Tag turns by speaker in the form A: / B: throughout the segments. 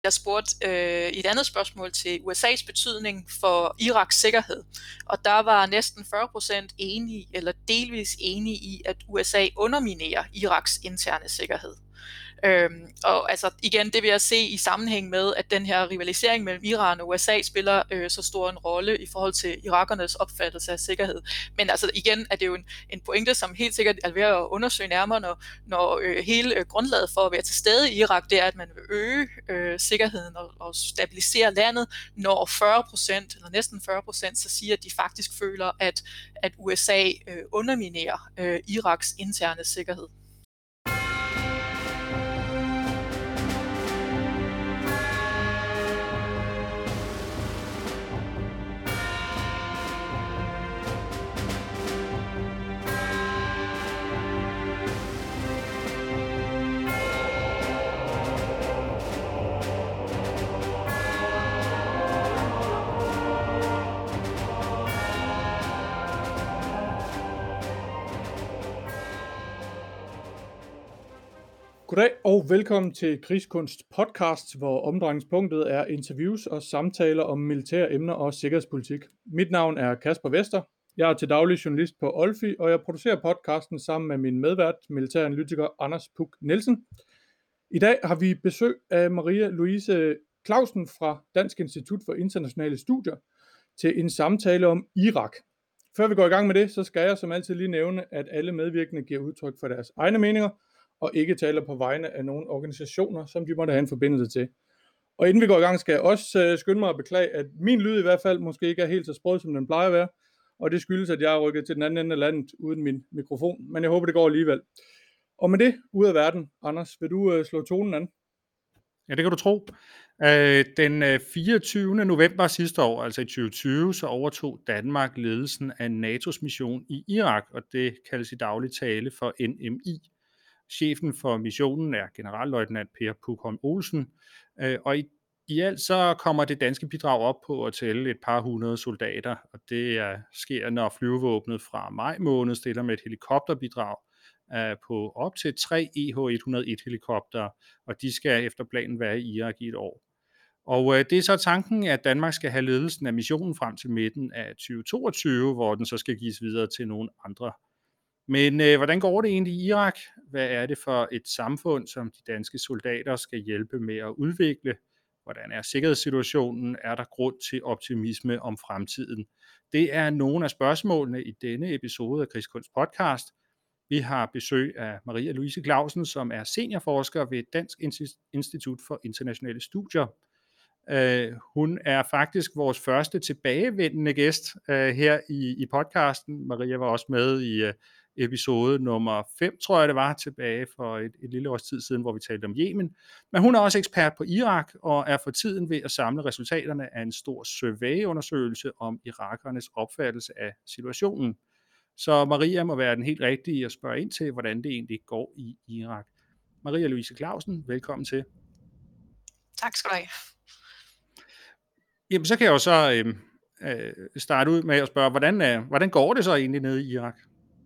A: Jeg spurgte i et andet spørgsmål til USA's betydning for Iraks sikkerhed, og der var næsten 40% enige eller delvis enige i, at USA underminerer Iraks interne sikkerhed. Og altså igen, det vil jeg se i sammenhæng med, at den her rivalisering mellem Iran og USA spiller så stor en rolle i forhold til irakernes opfattelse af sikkerhed. Men altså igen er det jo en pointe, som helt sikkert er ved at undersøge nærmere, når hele grundlaget for at være til stede i Irak, det er, at man vil øge sikkerheden og stabilisere landet, når 40% eller næsten 40% så siger, at de faktisk føler, at USA underminerer Iraks interne sikkerhed.
B: Goddag og velkommen til Krigskunst podcast, hvor omdrejningspunktet er interviews og samtaler om militære emner og sikkerhedspolitik. Mit navn er Kasper Vester. Jeg er til daglig journalist på Olfi, og jeg producerer podcasten sammen med min medvært, militæranalytiker Anders Puk Nielsen. I dag har vi besøg af Maria Louise Clausen fra Dansk Institut for Internationale Studier til en samtale om Irak. Før vi går i gang med det, så skal jeg som altid lige nævne, at alle medvirkende giver udtryk for deres egne meninger, og ikke taler på vegne af nogle organisationer, som de måtte have en forbindelse til. Og inden vi går i gang, skal jeg også skynde mig at beklage, at min lyd i hvert fald måske ikke er helt så sprød, som den plejer at være, og det skyldes, at jeg er rykket til den anden ende af landet uden min mikrofon, men jeg håber, det går alligevel. Og med det, ud af verden, Anders, vil du slå tonen an?
C: Ja, det kan du tro. Den 24. november sidste år, altså i 2020, så overtog Danmark ledelsen af NATO's mission i Irak, og det kaldes i daglig tale for NMI. Chefen for missionen er generalløjtnant Per Pukholm Olsen, og i alt så kommer det danske bidrag op på at tælle et par hundrede soldater, og det sker, når flyvevåbnet fra maj måned stiller med et helikopterbidrag på op til 3 EH-101 helikoptere, og de skal efter planen være i Irak i et år. Og det er så tanken, at Danmark skal have ledelsen af missionen frem til midten af 2022, hvor den så skal gives videre til nogle andre. Men hvordan går det egentlig i Irak? Hvad er det for et samfund, som de danske soldater skal hjælpe med at udvikle? Hvordan er sikkerhedssituationen? Er der grund til optimisme om fremtiden? Det er nogle af spørgsmålene i denne episode af Krigskunst podcast. Vi har besøg af Maria Louise Clausen, som er seniorforsker ved Dansk Institut for Internationale Studier. Hun er faktisk vores første tilbagevendende gæst her i podcasten. Maria var også med i episode nummer 5, tror jeg det var, tilbage for et lille års tid siden, hvor vi talte om Yemen. Men hun er også ekspert på Irak og er for tiden ved at samle resultaterne af en stor surveyundersøgelse om irakernes opfattelse af situationen. Så Maria må være den helt rigtige at spørge ind til, hvordan det egentlig går i Irak. Maria Louise Clausen, velkommen til.
A: Tak skal du have.
C: Jamen, så kan jeg jo så starte ud med at spørge, hvordan går det så egentlig nede i Irak?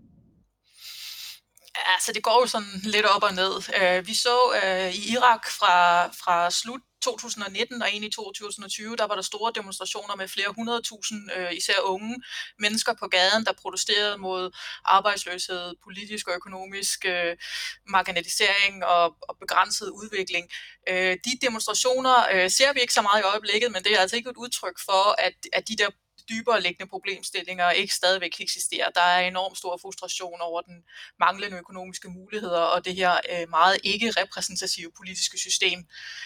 A: Altså det går jo sådan lidt op og ned. Vi så i Irak fra slut 2019 og ind i 2020, der var der store demonstrationer med flere 100.000, især unge mennesker på gaden, der protesterede mod arbejdsløshed, politisk og økonomisk marginalisering og begrænset udvikling. De demonstrationer ser vi ikke så meget i øjeblikket, men det er altså ikke et udtryk for, at de der dybere liggende problemstillinger ikke stadigvæk eksisterer. Der er enormt stor frustration over den manglende økonomiske muligheder og det her meget ikke repræsentative politiske system.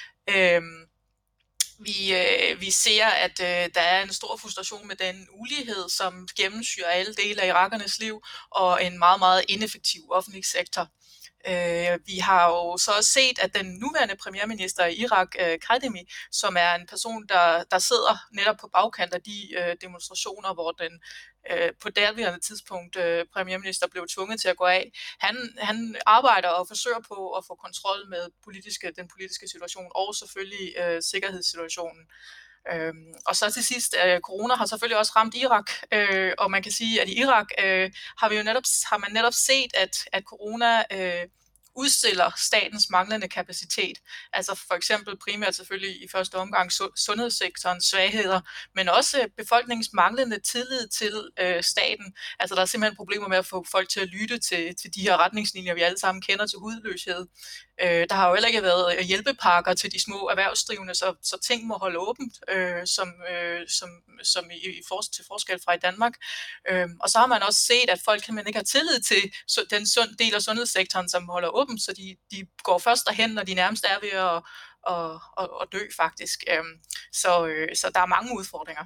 A: Vi ser, at der er en stor frustration med den ulighed, som gennemsyrer alle dele af irakernes liv, og en meget, meget ineffektiv offentlig sektor. Vi har jo så også set, at den nuværende premierminister i Irak, Kademi, som er en person, der sidder netop på bagkant af de demonstrationer, hvor den på derværende tidspunkt premierminister blev tvunget til at gå af. Han arbejder og forsøger på at få kontrol med den politiske situation og selvfølgelig sikkerhedssituationen. Og så til sidst, corona har selvfølgelig også ramt Irak, og man kan sige, at i Irak har man netop set, at corona udstiller statens manglende kapacitet. Altså for eksempel primært selvfølgelig i første omgang sundhedssektorens svagheder, men også befolkningens manglende tillid til staten. Altså der er simpelthen problemer med at få folk til at lytte til de her retningslinjer, vi alle sammen kender til hudløshed. Der har jo heller ikke været hjælpepakker til de små erhvervsdrivende, så ting må holde åbent, som til forskel fra i Danmark. Og så har man også set, at folk simpelthen ikke har tillid til den del af sundhedssektoren, som holder åbent, så de går først derhen, når de nærmest er ved at dø faktisk. Så der er mange udfordringer.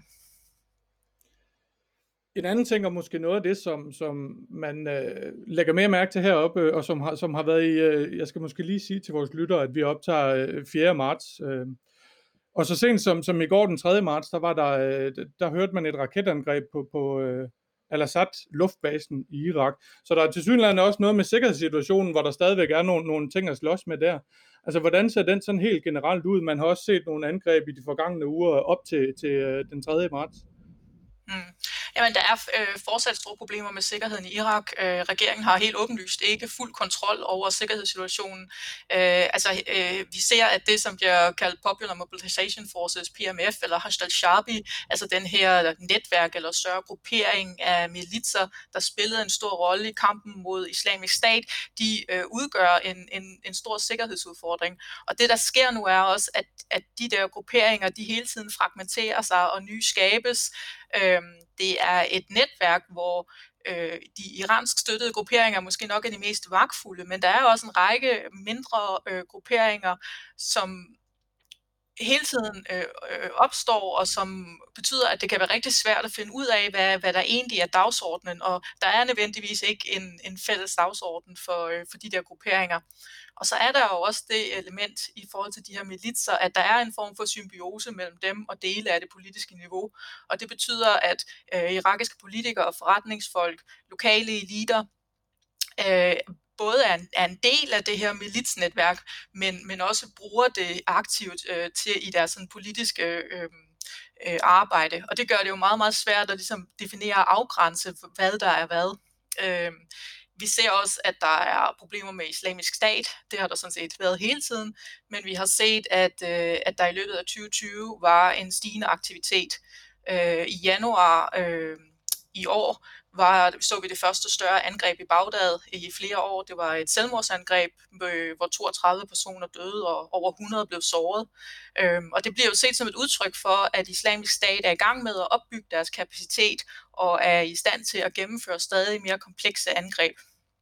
B: En anden ting, og måske noget af det, som man lægger mere mærke til heroppe, og som har været i, jeg skal måske lige sige til vores lyttere, at vi optager 4. marts. Og så sent som i går den 3. marts, der hørte man et raketangreb på Al-Assad luftbasen i Irak. Så der er tilsyneladende også noget med sikkerhedssituationen, hvor der stadigvæk er nogle ting at slås med der. Altså hvordan ser den sådan helt generelt ud? Man har også set nogle angreb i de forgangne uger op til den 3. marts.
A: Jamen, der er fortsat store problemer med sikkerheden i Irak. Regeringen har helt åbenlyst ikke fuld kontrol over sikkerhedssituationen. Vi ser, at det, som bliver kaldt Popular Mobilization Forces, PMF, eller Hashd al-Shaabi, altså den her netværk eller større gruppering af militser, der spillede en stor rolle i kampen mod Islamisk Stat, de udgør en stor sikkerhedsudfordring. Og det, der sker nu, er også, at de der grupperinger, de hele tiden fragmenterer sig og nye skabes. Det er et netværk, hvor de iransk støttede grupperinger måske nok er de mest magtfulde, men der er også en række mindre grupperinger, som hele tiden opstår, og som betyder, at det kan være rigtig svært at finde ud af, hvad der egentlig er dagsordenen, og der er nødvendigvis ikke en fælles dagsorden for de der grupperinger. Og så er der jo også det element i forhold til de her militser, at der er en form for symbiose mellem dem og dele af det politiske niveau. Og det betyder, at irakiske politikere og forretningsfolk, lokale eliter, både er en del af det her militsnetværk, men også bruger det aktivt til i deres sådan, politiske arbejde. Og det gør det jo meget, meget svært at ligesom definere og afgrænse, hvad der er hvad. Vi ser også, at der er problemer med Islamisk Stat. Det har der sådan set været hele tiden. Men vi har set, at der i løbet af 2020 var en stigende aktivitet. I januar i år så vi det første større angreb i Bagdad i flere år. Det var et selvmordsangreb, hvor 32 personer døde og over 100 blev såret. Og det bliver jo set som et udtryk for, at Islamisk Stat er i gang med at opbygge deres kapacitet og er i stand til at gennemføre stadig mere komplekse angreb.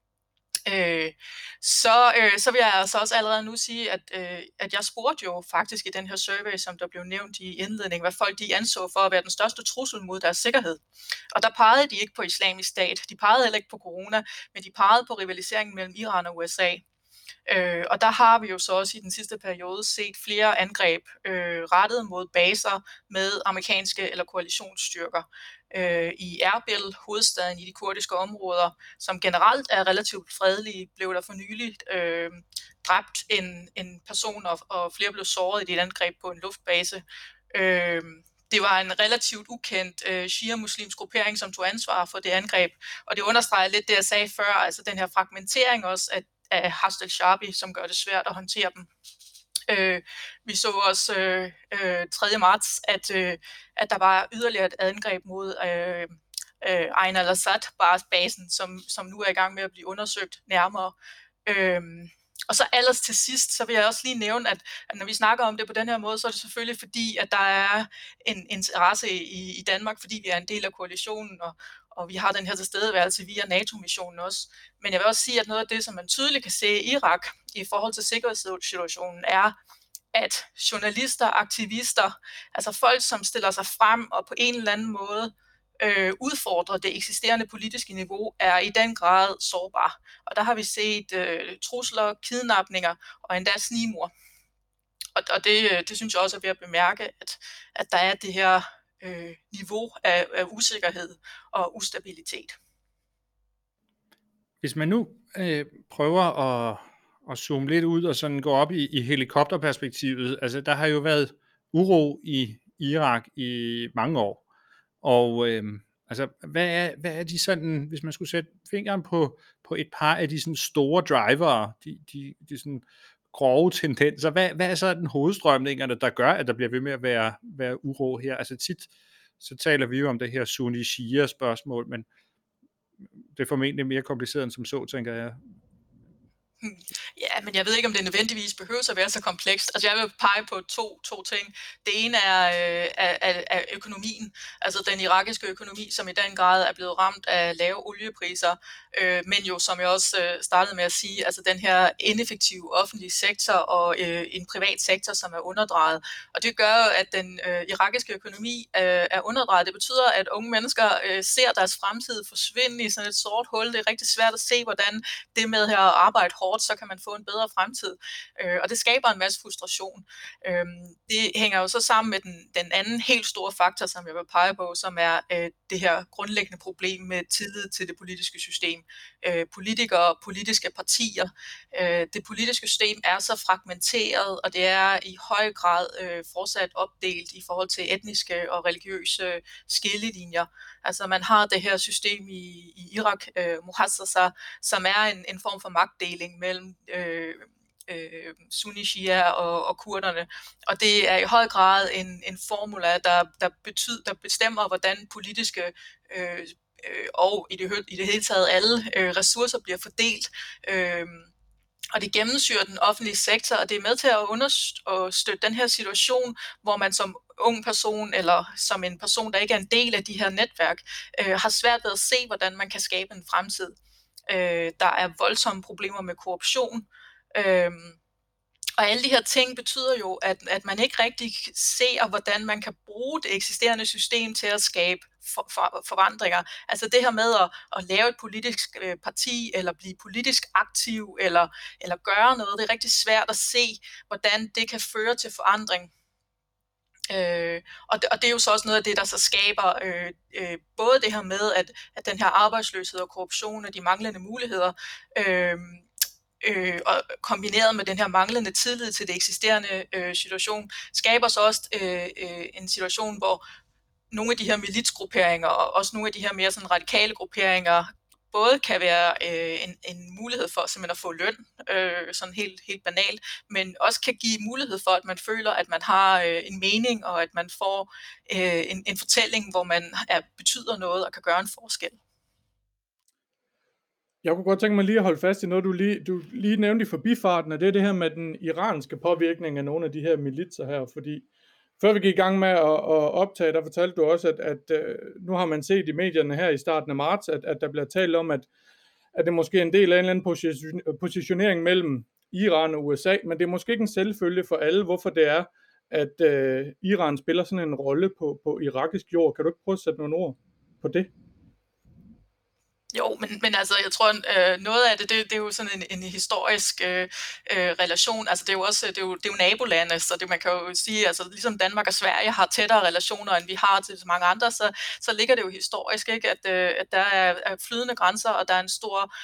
A: Så vil jeg altså også allerede nu sige, at jeg spurgte jo faktisk i den her survey, som der blev nævnt i indledningen, hvad folk de anså for at være den største trussel mod deres sikkerhed. Og der pegede de ikke på Islamisk Stat, de pegede heller ikke på corona, men de pegede på rivaliseringen mellem Iran og USA. Og der har vi jo så også i den sidste periode set flere angreb rettet mod baser med amerikanske eller koalitionsstyrker. I Erbil, hovedstaden i de kurdiske områder, som generelt er relativt fredelige, blev der for nylig dræbt en person, og flere blev såret i et angreb på en luftbase. Det var en relativt ukendt shia-muslimsk gruppering, som tog ansvar for det angreb, og det understreger lidt det, jeg sagde før, altså den her fragmentering også af Hashd al-Shaabi, som gør det svært at håndtere dem. Vi så også 3. marts, at der var yderligere et angreb mod Ain al-Assad-basen, som nu er i gang med at blive undersøgt nærmere. Og så ellers til sidst, så vil jeg også lige nævne, at når vi snakker om det på den her måde, så er det selvfølgelig fordi, at der er en interesse i Danmark, fordi vi er en del af koalitionen, og vi har den her tilstedeværelse via NATO-missionen også. Men jeg vil også sige, at noget af det, som man tydeligt kan se i Irak i forhold til sikkerhedssituationen, er, at journalister, aktivister, altså folk, som stiller sig frem og på en eller anden måde udfordrer det eksisterende politiske niveau, er i den grad sårbare. Og der har vi set trusler, kidnapninger og endda snigmord. Og det synes jeg også er ved at bemærke, at der er det her niveau af usikkerhed og ustabilitet.
C: Hvis man nu prøver at zoome lidt ud og sådan gå op i helikopterperspektivet, altså der har jo været uro i Irak i mange år, og altså hvad er de sådan, hvis man skulle sætte fingeren på et par af de sådan store drivere, de sådan grove tendenser. Hvad er så den hovedstrømningerne, der gør, at der bliver ved med at være uro her? Altså tit, så taler vi jo om det her Sunni-Shia spørgsmål, men det er formentlig mere kompliceret end som så, tænker jeg.
A: Ja, men jeg ved ikke, om det nødvendigvis behøver at være så komplekst. Altså jeg vil pege på to ting. Det ene er økonomien, altså den irakiske økonomi, som i den grad er blevet ramt af lave oliepriser, men jo, som jeg også startede med at sige, altså den her ineffektive offentlige sektor og en privat sektor, som er underdrejet. Og det gør jo, at den irakiske økonomi er underdrejet. Det betyder, at unge mennesker ser deres fremtid forsvinde i sådan et sort hul. Det er rigtig svært at se, hvordan det med her at arbejde hårdt, så kan man få en bedre fremtid. Og det skaber en masse frustration. Det hænger jo så sammen med den anden helt store faktor, som jeg vil pege på, som er det her grundlæggende problem med tillid til det politiske system. Politikere, politiske partier. Det politiske system er så fragmenteret, og det er i høj grad fortsat opdelt i forhold til etniske og religiøse skillelinjer. Altså man har det her system i Irak, Muhassasa, som er en form for magtdeling mellem Sunni-Shia og kurderne. Og det er i høj grad en formula, der bestemmer, hvordan politiske og i det hele taget alle ressourcer bliver fordelt. Og det gennemsyrer den offentlige sektor, og det er med til at understøtte den her situation, hvor man som ung person, eller som en person, der ikke er en del af de her netværk, har svært ved at se, hvordan man kan skabe en fremtid. Der er voldsomme problemer med korruption, og alle de her ting betyder jo, at man ikke rigtig ser, hvordan man kan bruge det eksisterende system til at skabe forandringer. Altså det her med at lave et politisk parti, eller blive politisk aktiv, eller gøre noget, det er rigtig svært at se, hvordan det kan føre til forandring. Og det er jo så også noget af det, der så skaber både det her med, at den her arbejdsløshed og korruption og de manglende muligheder, og kombineret med den her manglende tillid til det eksisterende situation, skaber så også en situation, hvor nogle af de her militsgrupperinger, og også nogle af de her mere sådan radikale grupperinger, både kan være en mulighed for simpelthen at få løn, sådan helt banalt, men også kan give mulighed for, at man føler, at man har en mening, og at man får en fortælling, hvor man betyder noget og kan gøre en forskel.
B: Jeg kunne godt tænke mig lige at holde fast i noget, du lige nævnte i forbifarten, og det er det her med den iranske påvirkning af nogle af de her militser her, fordi før vi gik i gang med at optage, der fortalte du også, at nu har man set i medierne her i starten af marts, at der bliver talt om, at det måske er en del af en eller anden positionering mellem Iran og USA, men det er måske ikke en selvfølge for alle, hvorfor det er, at Iran spiller sådan en rolle på irakisk jord. Kan du ikke prøve at sætte nogle ord på det?
A: Jo, men altså, jeg tror, noget af det er jo sådan en historisk relation. Altså, det er jo også det er jo nabolande, så man kan jo sige, altså, ligesom Danmark og Sverige har tættere relationer, end vi har til så mange andre, så ligger det jo historisk, ikke, at der er flydende grænser, og der er en stor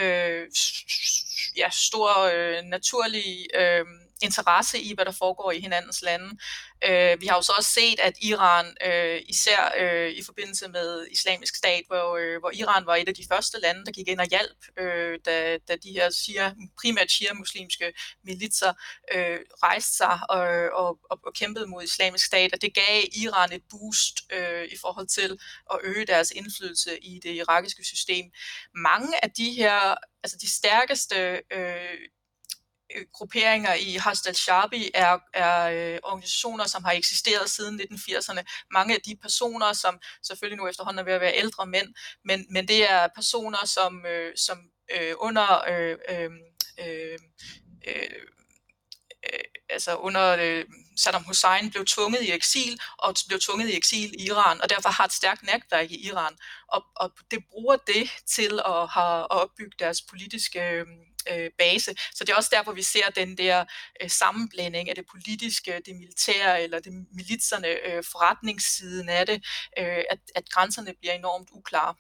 A: naturlig interesse i, hvad der foregår i hinandens lande. Vi har jo så også set, at Iran, især i forbindelse med Islamisk Stat, hvor Iran var et af de første lande, der gik ind og hjalp, da de her primært shia-muslimske militser rejste sig og kæmpede mod Islamisk Stat, og det gav Iran et boost i forhold til at øge deres indflydelse i det irakiske system. Mange af de her, altså de stærkeste grupperinger i Hashd al-Shaabi er organisationer, som har eksisteret siden 1980'erne. Mange af de personer, som selvfølgelig nu efterhånden er ved at være ældre mænd, men det er personer, som under Saddam Hussein blev tvunget i eksil i Iran, og derfor har et stærkt netværk i Iran, og det bruger det til at opbygge deres politiske base. Så det er også derfor, vi ser den der sammenblanding af det politiske, det militære eller det militserne, forretningssiden af det, at grænserne bliver enormt uklare.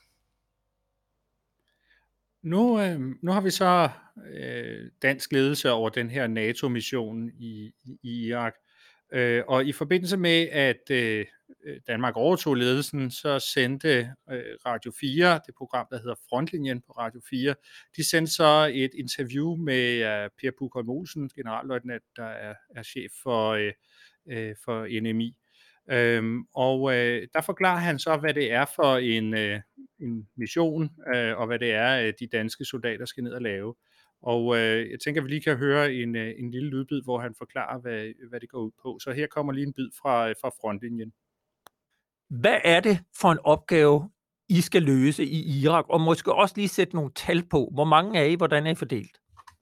C: Nu har vi så dansk ledelse over den her NATO-mission i Irak, Og i forbindelse med, at Danmark overtog ledelsen, så sendte Radio 4, det program, der hedder Frontlinjen på Radio 4, de sendte så et interview med Per Pugholm Olsen, generalløjtnant, der er chef for NMI. Der forklarer han så, hvad det er for en mission, og hvad det er, de danske soldater skal ned og lave. Og jeg tænker, at vi lige kan høre en lille lydbid, hvor han forklarer, hvad det går ud på. Så her kommer lige en bid fra Frontlinjen.
D: Hvad er det for en opgave, I skal løse i Irak? Og måske også lige sætte nogle tal på. Hvor mange er I? Hvordan er I fordelt?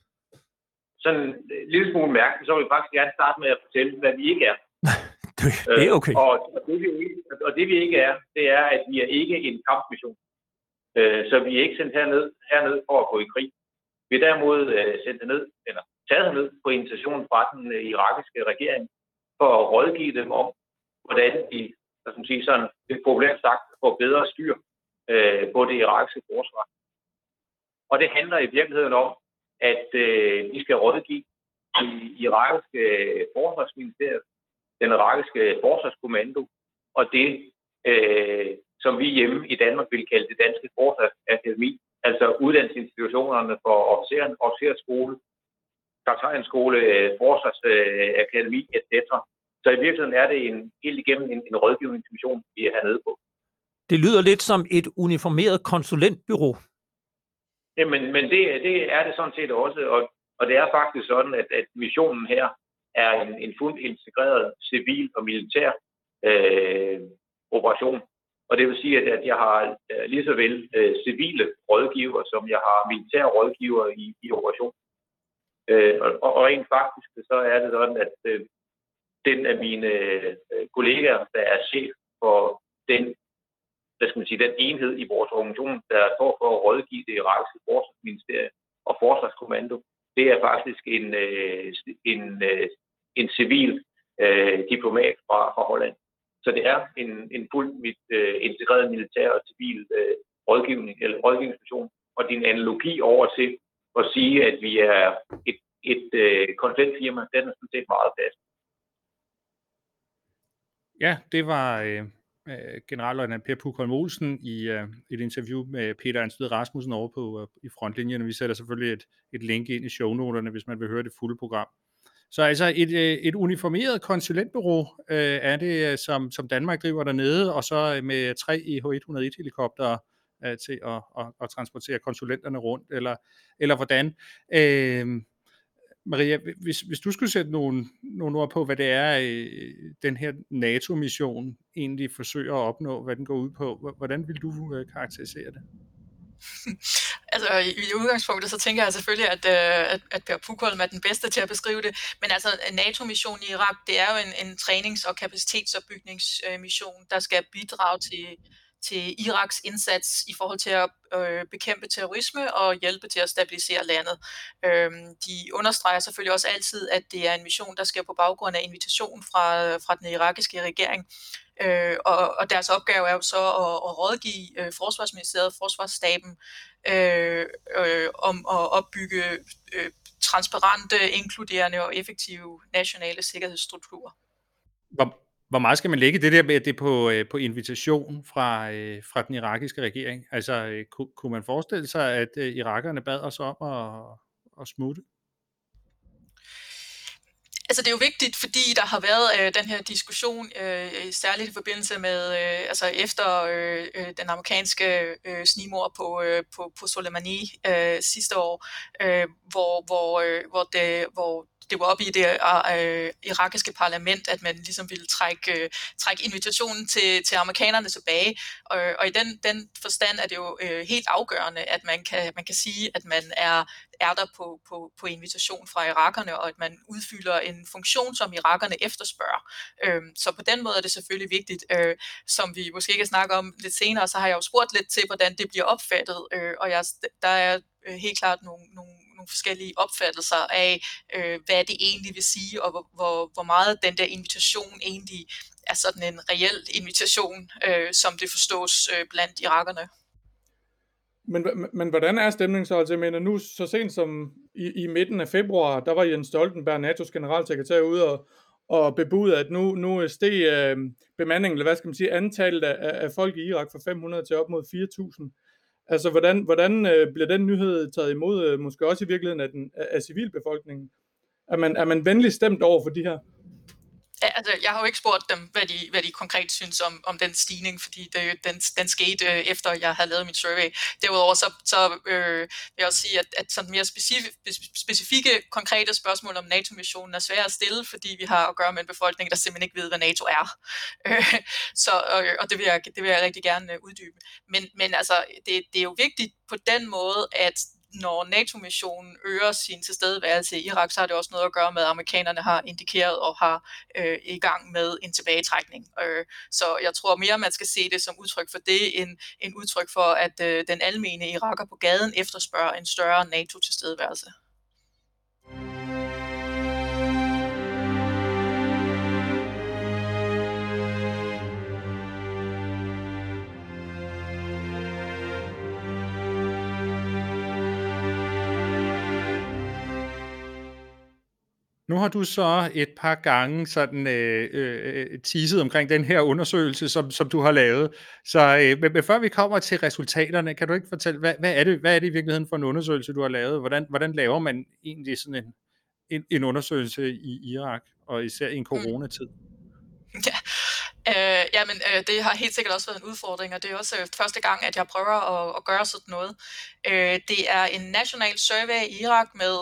E: Sådan en lille smule mærkeligt, så vil jeg faktisk gerne starte med at fortælle, hvad vi ikke er.
D: Det er okay.
E: Og det vi ikke er, det er, at vi er ikke en kampmission. Så vi er ikke sendt herned for at gå i krig. Vi er derimod sendt ned, eller taget herned på invitation fra den irakiske regering, for at rådgive dem om, hvordan de, sådan lidt populært sagt, får bedre styr på det irakiske forsvar. Og det handler i virkeligheden om, at vi skal rådgive i irakiske forsvarsministeriet, den irakiske forsvarskommando, og det, som vi hjemme i Danmark vil kalde det danske forsvarsakademi, altså uddannelsesinstitutionerne for officerskole, kaptajnskole, forsvarsakademi, etc. Så i virkeligheden er det helt igennem en rådgivningsmission, vi er hernede på.
D: Det lyder lidt som et uniformeret konsulentbyrå.
E: Jamen, men det er det sådan set også, og det er faktisk sådan, at missionen her er en fuldt integreret civil og militær operation. Og det vil sige, at jeg har lige så vel civile rådgiver, som jeg har militære rådgiver i operationen. Og rent faktisk, så er det sådan, at den af mine kollegaer, der er chef for den enhed i vores organisation, der står for at rådgive det irakiske forsvarsministerium og forsvarskommando, det er faktisk en civil diplomat fra Holland. Så det er en fuldt integreret militær og civil rådgivningsmission. Og din analogi over til at sige, at vi er et konsulentfirma, den er sådan set meget fast.
C: Ja, det var generalløjtnant Per Pugholm Olsen i et interview med Peter Anstved Rasmussen over i Frontlinjen. Vi sætter selvfølgelig et link ind i shownoterne, hvis man vil høre det fulde program. Så altså et uniformeret konsulentbureau er det, som Danmark driver dernede, og så med 3 EH-101-helikoptere til at transportere konsulenterne rundt, eller hvordan? Maria, hvis du skulle sætte nogle ord på, hvad det er, den her NATO-mission egentlig forsøger at opnå, hvad den går ud på, hvordan vil du karakterisere det?
A: Altså i udgangspunktet, så tænker jeg selvfølgelig, at Per Pugholm er den bedste til at beskrive det. Men altså NATO-missionen i Irak, det er jo en trænings- og kapacitetsopbygningsmission, der skal bidrage til Iraks indsats i forhold til at bekæmpe terrorisme og hjælpe til at stabilisere landet. De understreger selvfølgelig også altid, at det er en mission, der sker på baggrund af invitation fra den irakiske regering. Og deres opgave er jo så at rådgive Forsvarsministeriet, Forsvarsstaben, om at opbygge transparente, inkluderende og effektive nationale sikkerhedsstrukturer.
C: Hvor meget skal man lægge det der med, at det er på invitation fra den irakiske regering? Altså, kunne man forestille sig, at irakerne bad os om at smutte?
A: Altså det er jo vigtigt, fordi der har været den her diskussion, særligt i forbindelse med, efter den amerikanske snigmord på Soleimani sidste år, hvor det var oppe i det irakiske parlament, at man ligesom ville trække invitationen til amerikanerne tilbage. Og i den forstand er det jo helt afgørende, at man kan sige, at man er der på invitation fra irakerne, og at man udfylder en funktion, som irakerne efterspørger. Så på den måde er det selvfølgelig vigtigt. Som vi måske kan snakke om lidt senere, så har jeg jo spurgt lidt til, hvordan det bliver opfattet, og der er helt klart nogle forskellige opfattelser af, hvad det egentlig vil sige, og hvor meget den der invitation egentlig er sådan en reel invitation, som det forstås blandt irakerne.
B: Men hvordan er stemningen så? Altså, jeg mener, nu så sent som i midten af februar, der var Jens Stoltenberg, NATO's generalsekretær, ude og bebude, at nu steg bemandingen, eller hvad skal man sige, antallet af folk i Irak fra 500 til op mod 4.000. Altså, hvordan bliver den nyhed taget imod, måske også i virkeligheden af civilbefolkningen? Er man venligt stemt over for de her?
A: Ja, altså, jeg har jo ikke spurgt dem, hvad de konkret synes om den stigning, fordi den skete efter jeg havde lavet min survey. Derudover så vil jeg også sige, at sådan mere specifikke, konkrete spørgsmål om NATO-missionen er svære at stille, fordi vi har at gøre med en befolkning, der simpelthen ikke ved, hvad NATO er. Og det vil jeg rigtig gerne uddybe. Men altså, det er jo vigtigt på den måde, at når NATO-missionen øger sin tilstedeværelse i Irak, så har det også noget at gøre med, at amerikanerne har indikeret og har i gang med en tilbagetrækning. Så jeg tror mere, man skal se det som udtryk for det, end udtryk for, at den almene iraker på gaden efterspørger en større NATO-tilstedeværelse.
C: Nu har du så et par gange sådan teaset omkring den her undersøgelse, som du har lavet. Så men før vi kommer til resultaterne, kan du ikke fortælle, hvad er det i virkeligheden for en undersøgelse, du har lavet? Hvordan laver man egentlig sådan en undersøgelse i Irak, og især i en coronatid?
A: Ja. Det har helt sikkert også været en udfordring, og det er også første gang, at jeg prøver at gøre sådan noget. Det er en national survey i Irak med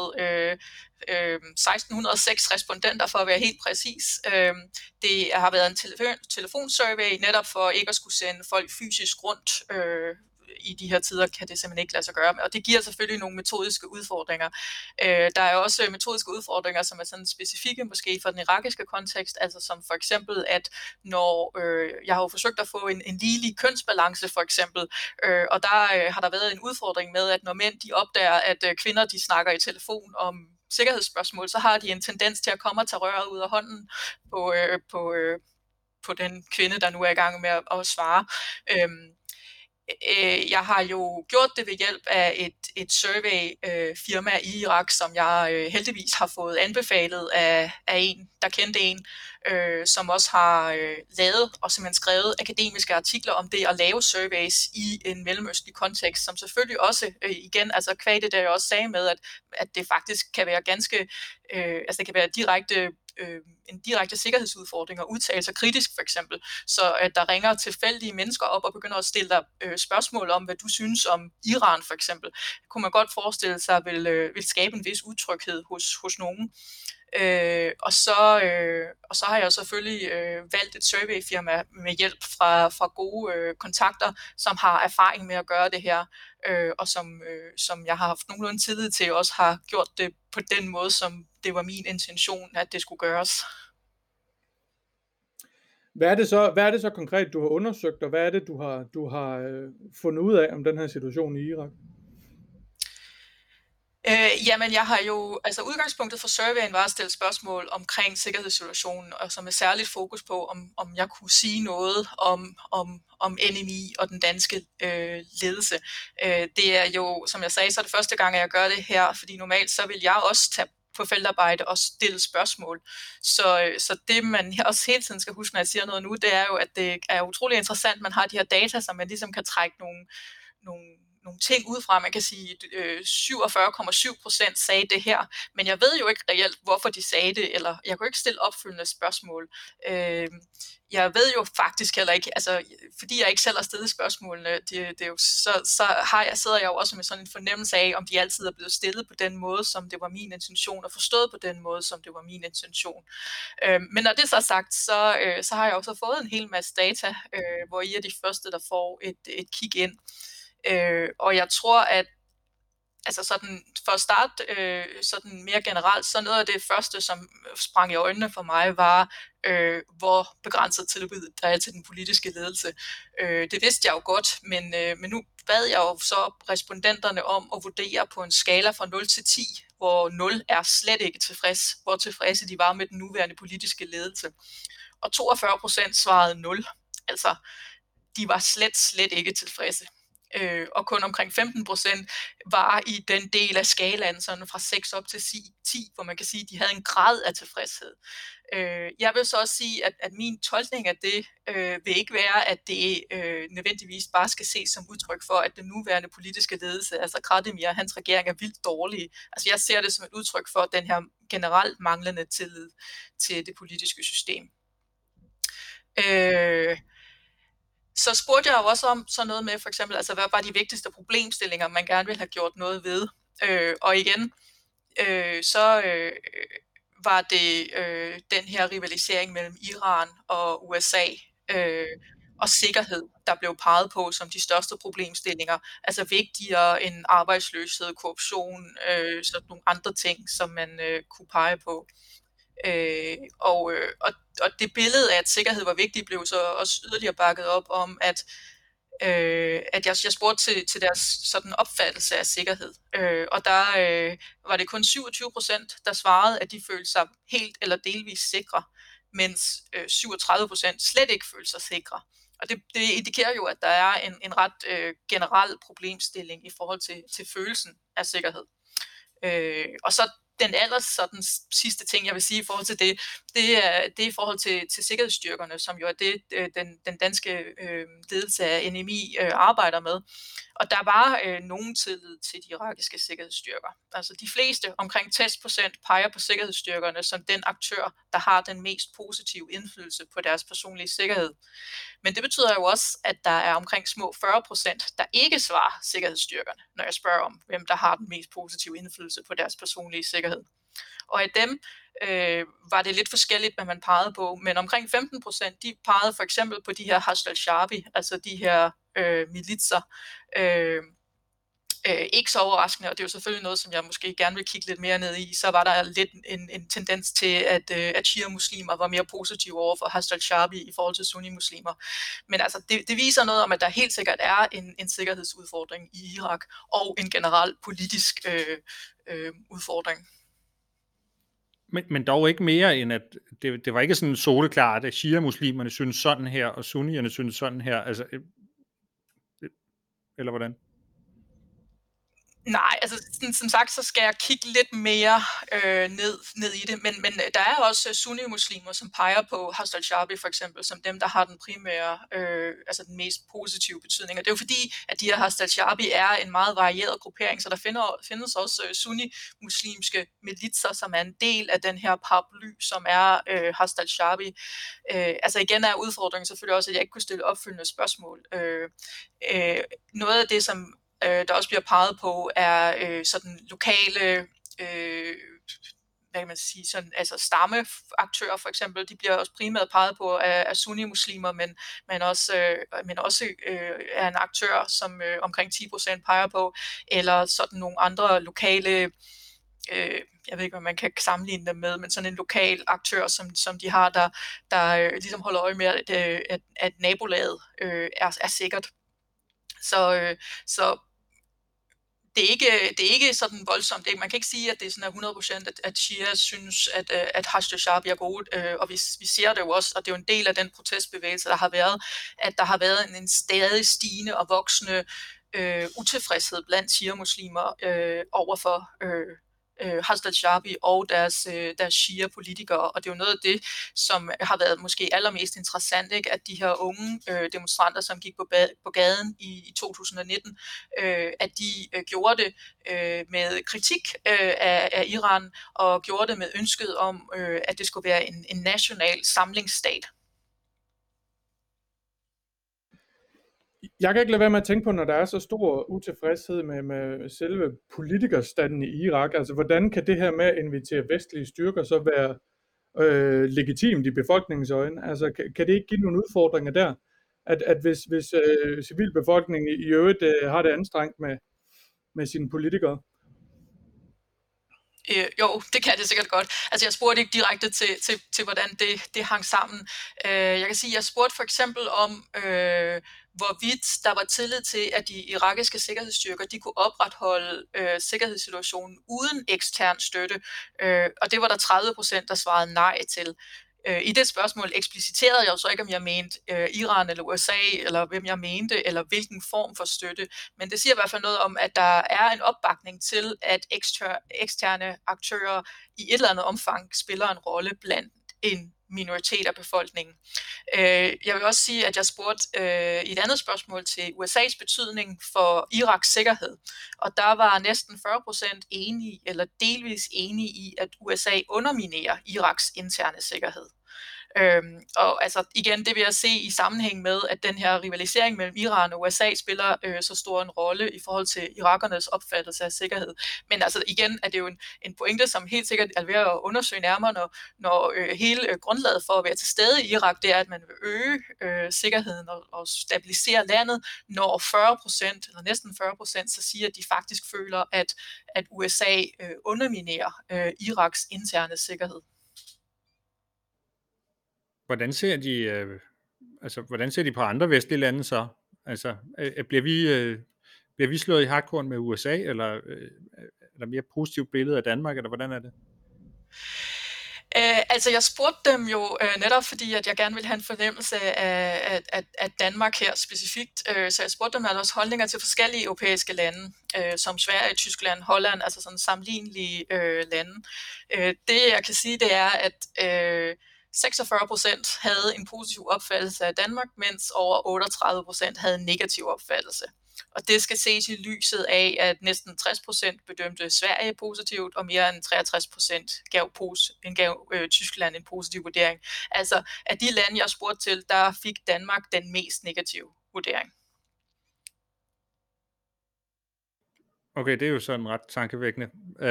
A: 1606 respondenter, for at være helt præcis. Det har været en telefonsurvey, netop for ikke at skulle sende folk fysisk rundt. I de her tider kan det simpelthen ikke lade sig gøre, og det giver selvfølgelig nogle metodiske udfordringer. Der er også metodiske udfordringer, som er sådan specifikke måske for den irakiske kontekst, altså som for eksempel, at når jeg har jo forsøgt at få en ligelig kønsbalance for eksempel, og der har der været en udfordring med, at når mænd de opdager, at kvinder de snakker i telefon om sikkerhedsspørgsmål, så har de en tendens til at komme og tage røret ud af hånden på den kvinde, der nu er i gang med at svare. Jeg har jo gjort det ved hjælp af et survey-firma i Irak, som jeg heldigvis har fået anbefalet af en, der kendte en, som også har lavet og simpelthen skrevet akademiske artikler om det at lave surveys i en mellemøstlig kontekst, som selvfølgelig også igen, altså kvad det der jeg også sagde med, at det faktisk kan være ganske, altså det kan være en direkte sikkerhedsudfordring og udtale sig kritisk for eksempel, så at der ringer tilfældige mennesker op og begynder at stille dig spørgsmål om, hvad du synes om Iran for eksempel, kunne man godt forestille sig vil skabe en vis utryghed hos nogen. Og så har jeg selvfølgelig valgt et surveyfirma med hjælp fra gode kontakter, som har erfaring med at gøre det her, og som jeg har haft nogenlunde tillid til, også har gjort det på den måde, som det var min intention, at det skulle gøres.
B: Hvad er det så konkret, du har undersøgt, og hvad er det, du har fundet ud af om den her situation i Irak?
A: Jamen, jeg har jo, altså udgangspunktet for surveyen var at stille spørgsmål omkring sikkerhedssituationen, og som er særligt fokus på, om jeg kunne sige noget om NMI og den danske ledelse. Det er jo, som jeg sagde, så er det første gang, at jeg gør det her, fordi normalt så vil jeg også tage på feltarbejde og stille spørgsmål. Så det, man også hele tiden skal huske, når jeg siger noget nu, det er jo, at det er utrolig interessant, at man har de her data, så man ligesom kan trække nogle ting ud fra. Man kan sige, 47,7% sagde det her, men jeg ved jo ikke reelt, hvorfor de sagde det, eller jeg kunne ikke stille opfølgende spørgsmål. Jeg ved jo faktisk heller ikke, altså fordi jeg ikke selv har stillet spørgsmålene, det er jo, sidder jeg jo også med sådan en fornemmelse af, om de altid er blevet stillet på den måde, som det var min intention, og forstået på den måde, som det var min intention. Men når det så er sagt, så har jeg også fået en hel masse data, hvor I er de første, der får et kig ind. Og jeg tror, at altså sådan, for at starte sådan mere generelt, så noget af det første, som sprang i øjnene for mig, var, hvor begrænset tillid der er til den politiske ledelse. Det vidste jeg jo godt, men nu bad jeg jo så respondenterne om at vurdere på en skala fra 0 til 10, hvor 0 er slet ikke tilfreds, hvor tilfredse de var med den nuværende politiske ledelse. Og 42% svarede 0, altså de var slet ikke tilfredse. Og kun omkring 15% var i den del af skalaen, sådan fra 6 op til 10, hvor man kan sige, at de havde en grad af tilfredshed. Jeg vil så også sige, at min tolkning af det vil ikke være, at det nødvendigvis bare skal ses som udtryk for, at den nuværende politiske ledelse, altså Krademir og hans regering, er vildt dårlige. Altså jeg ser det som et udtryk for den her generelt manglende tillid til det politiske system. Så spurgte jeg jo også om sådan noget med, for eksempel, altså hvad var de vigtigste problemstillinger, man gerne ville have gjort noget ved. Og igen, var det den her rivalisering mellem Iran og USA og sikkerhed, der blev peget på som de største problemstillinger. Altså vigtigere end arbejdsløshed, korruption, sådan nogle andre ting, som man kunne pege på. Og det billede af, at sikkerhed var vigtigt, blev så også yderligere bakket op om, at jeg spurgte til deres sådan opfattelse af sikkerhed. Og der var det kun 27%, der svarede, at de følte sig helt eller delvis sikre, mens 37% slet ikke følte sig sikre. Og det indikerer jo, at der er en ret generel problemstilling i forhold til følelsen af sikkerhed. Og så den sådan sidste ting, jeg vil sige i forhold til det er i forhold til sikkerhedsstyrkerne, som jo er det, den danske ledelse af NMI arbejder med. Og der var nogen tillid til de irakiske sikkerhedsstyrker. Altså de fleste, omkring 60%, peger på sikkerhedsstyrkerne som den aktør, der har den mest positive indflydelse på deres personlige sikkerhed. Men det betyder jo også, at der er omkring små 40%, der ikke svarer sikkerhedsstyrkerne, når jeg spørger om, hvem der har den mest positive indflydelse på deres personlige sikkerhed. Og af dem var det lidt forskelligt, hvad man pegede på, men omkring 15%, de pegede for eksempel på de her Hashd al-Shaabi, altså de her militser. Ikke så overraskende, og det er jo selvfølgelig noget, som jeg måske gerne vil kigge lidt mere ned i, så var der lidt en tendens til, at shia-muslimer var mere positive over for Hashd al-Shaabi i forhold til sunni-muslimer. Men altså, det viser noget om, at der helt sikkert er en sikkerhedsudfordring i Irak, og en generel politisk udfordring.
C: Men dog ikke mere end, at det var ikke sådan soleklart, at shia-muslimerne synes sådan her, og sunnierne synes sådan her, altså, eller hvordan?
A: Nej, altså som sagt, så skal jeg kigge lidt mere ned i det, men der er også sunni-muslimer, som peger på Hashd al-Shaabi for eksempel, som dem, der har den primære, altså den mest positive betydning. Og det er jo fordi, at de her Hashd al-Shaabi er en meget varieret gruppering, så der findes også sunni-muslimske militser, som er en del af den her paraply, som er Hashd al-Shaabi. Altså igen er udfordringen selvfølgelig også, at jeg ikke kunne stille opfølgende spørgsmål. Noget af det, som der også bliver peget på, er sådan lokale, hvad kan man sige, sådan, altså stammeaktører for eksempel. De bliver også primært peget på af sunni-muslimer, men også er en aktør, som omkring 10% peger på, eller sådan nogle andre lokale, jeg ved ikke, hvad man kan sammenligne dem med, men sådan en lokal aktør, som de har, der ligesom holder øje med, at nabolaget er sikkert. Så det er ikke sådan voldsomt. Man kan ikke sige, at det er sådan 100%, at Shia synes, at Hashd al-Shaabi er gode, og vi ser det jo også, og det er jo en del af den protestbevægelse, der har været, at der har været en stadig stigende og voksende utilfredshed blandt shia-muslimer overfor Hashd al-Shaabi og deres shia-politikere, og det er jo noget af det, som har været måske allermest interessant, ikke? At de her unge demonstranter, som gik på gaden i 2019, at de gjorde det med kritik af Iran, og gjorde det med ønsket om, at det skulle være en national samlingsstat.
B: Jeg kan ikke lade være med at tænke på, når der er så stor utilfredshed med selve politikerstanden i Irak, altså hvordan kan det her med at invitere vestlige styrker så være legitimt i befolkningens øjne? Altså kan det ikke give nogle udfordringer der? At hvis civilbefolkningen i øvrigt har det anstrengt med sine politikere?
A: Jo, det kan det sikkert godt. Altså jeg spurgte ikke direkte til hvordan det hang sammen. Jeg kan sige, jeg spurgte for eksempel om, hvorvidt der var tillid til, at de irakiske sikkerhedsstyrker, de kunne opretholde sikkerhedssituationen uden ekstern støtte. Og det var der 30%, der svarede nej til. I det spørgsmål ekspliciterede jeg jo så ikke, om jeg mente Iran eller USA, eller hvem jeg mente, eller hvilken form for støtte. Men det siger i hvert fald noget om, at der er en opbakning til, at eksterne aktører i et eller andet omfang spiller en rolle blandt en minoritet af befolkningen. Jeg vil også sige, at jeg spurgte i et andet spørgsmål til USA's betydning for Iraks sikkerhed, og der var næsten 40% enige eller delvis enige i, at USA underminerer Iraks interne sikkerhed. Og altså igen, det vil jeg se i sammenhæng med, at den her rivalisering mellem Iran og USA spiller så stor en rolle i forhold til irakernes opfattelse af sikkerhed. Men altså igen er det jo en pointe, som helt sikkert er ved at undersøge nærmere, når hele grundlaget for at være til stede i Irak, det er, at man vil øge sikkerheden og stabilisere landet, når 40% eller næsten 40% så siger, at de faktisk føler, at USA underminerer Iraks interne sikkerhed.
C: Hvordan ser de på andre vestlige lande så? Altså, bliver vi slået i hartkorn med USA, eller mere positivt billede af Danmark, eller hvordan er det?
A: Altså jeg spurgte dem jo netop fordi, at jeg gerne ville have en fornemmelse af Danmark her specifikt, så jeg spurgte dem deres holdninger til forskellige europæiske lande, som Sverige, Tyskland, Holland, altså sådan sammenlignelige lande. Det jeg kan sige, det er, at 46% havde en positiv opfattelse af Danmark, mens over 38% havde en negativ opfattelse. Og det skal ses i lyset af, at næsten 60% bedømte Sverige positivt, og mere end 63% gav Tyskland en positiv vurdering. Altså af de lande, jeg spurgte til, der fik Danmark den mest negative vurdering.
C: Okay, det er jo sådan ret tankevækkende.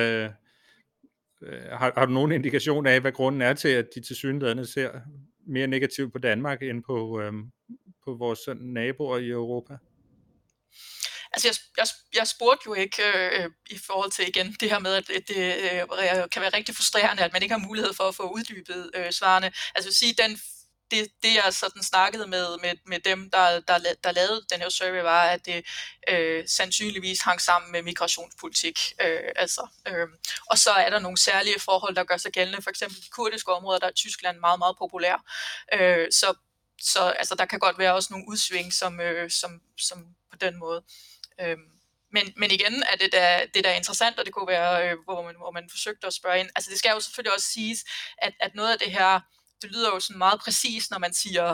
C: Har du nogen indikation af, hvad grunden er til, at de tilsyneladende ser mere negativt på Danmark end på vores naboer i Europa?
A: Altså jeg spurgte jo ikke i forhold til igen det her med, at det kan være rigtig frustrerende, at man ikke har mulighed for at få uddybet svarene. Altså jeg vil sige, det jeg sådan snakkede med dem, der lavede den her survey, var, at det sandsynligvis hang sammen med migrationspolitik. Og så er der nogle særlige forhold, der gør sig gældende. For eksempel de kurdiske områder, der er Tyskland meget, meget populær. Så altså, der kan godt være også nogle udsving, som på den måde. Men igen er det der interessant, og det kunne være, hvor man forsøgte at spørge ind. Altså det skal jo selvfølgelig også siges, at noget af det her, det lyder jo sådan meget præcis, når man siger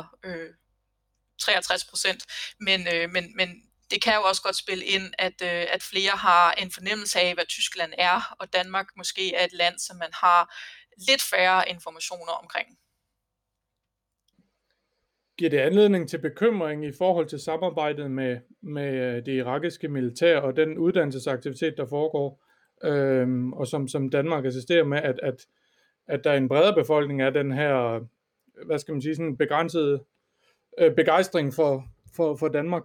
A: 63%, men det kan jo også godt spille ind, at flere har en fornemmelse af, hvad Tyskland er, og Danmark måske er et land, som man har lidt færre informationer omkring.
B: Giver det anledning til bekymring i forhold til samarbejdet med det irakiske militær og den uddannelsesaktivitet, der foregår, og som Danmark assisterer med, at der er en bredere befolkning af den her, hvad skal man sige, sådan begrænsede begejstring for Danmark?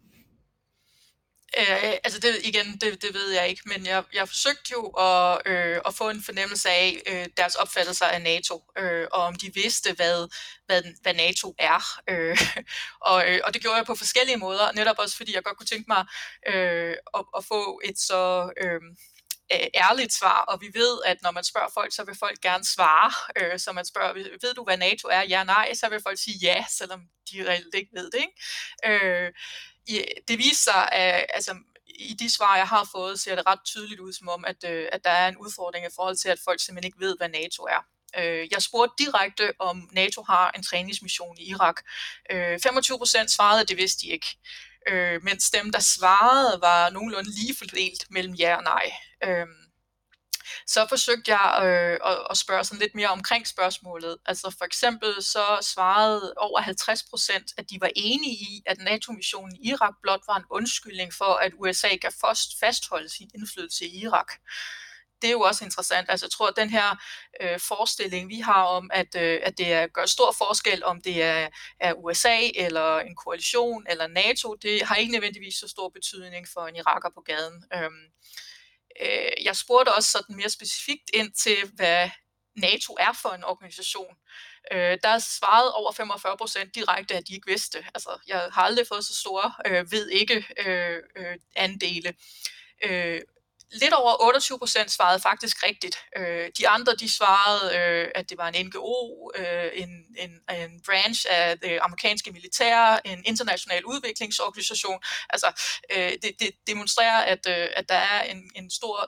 A: Altså det ved jeg ikke, men jeg forsøgte jo at få en fornemmelse af deres opfattelser af NATO, og om de vidste, hvad NATO er. Og det gjorde jeg på forskellige måder, netop også fordi jeg godt kunne tænke mig at få et så ærligt svar, og vi ved, at når man spørger folk, så vil folk gerne svare. Så man spørger, ved du, hvad NATO er? Ja, nej, så vil folk sige ja, selvom de reelt ikke ved det, ikke? Det viser sig, altså i de svar, jeg har fået, ser det ret tydeligt ud, som om, at der er en udfordring i forhold til, at folk simpelthen ikke ved, hvad NATO er. Jeg spurgte direkte, om NATO har en træningsmission i Irak. 25% svarede, at det vidste de ikke. Mens dem, der svarede, var nogenlunde lige fordelt mellem ja og nej. Så forsøgte jeg at spørge sådan lidt mere omkring spørgsmålet. Altså for eksempel så svarede over 50%, at de var enige i, at NATO-missionen i Irak blot var en undskyldning for, at USA kan fastholde sin indflydelse i Irak. Det er jo også interessant. Altså jeg tror, at den her forestilling, vi har om, at det gør stor forskel, om det er USA eller en koalition eller NATO, det har ikke nødvendigvis så stor betydning for en iraker på gaden. Jeg spurgte også sådan mere specifikt ind til, hvad NATO er for en organisation. Der svarede over 45% direkte, at de ikke vidste. Altså, jeg har aldrig fået så store ved ikke andele. Lidt over 28% svarede faktisk rigtigt. De andre, de svarede, at det var en NGO, en branch af det amerikanske militær, en international udviklingsorganisation. Altså, det demonstrerer, at der er en stor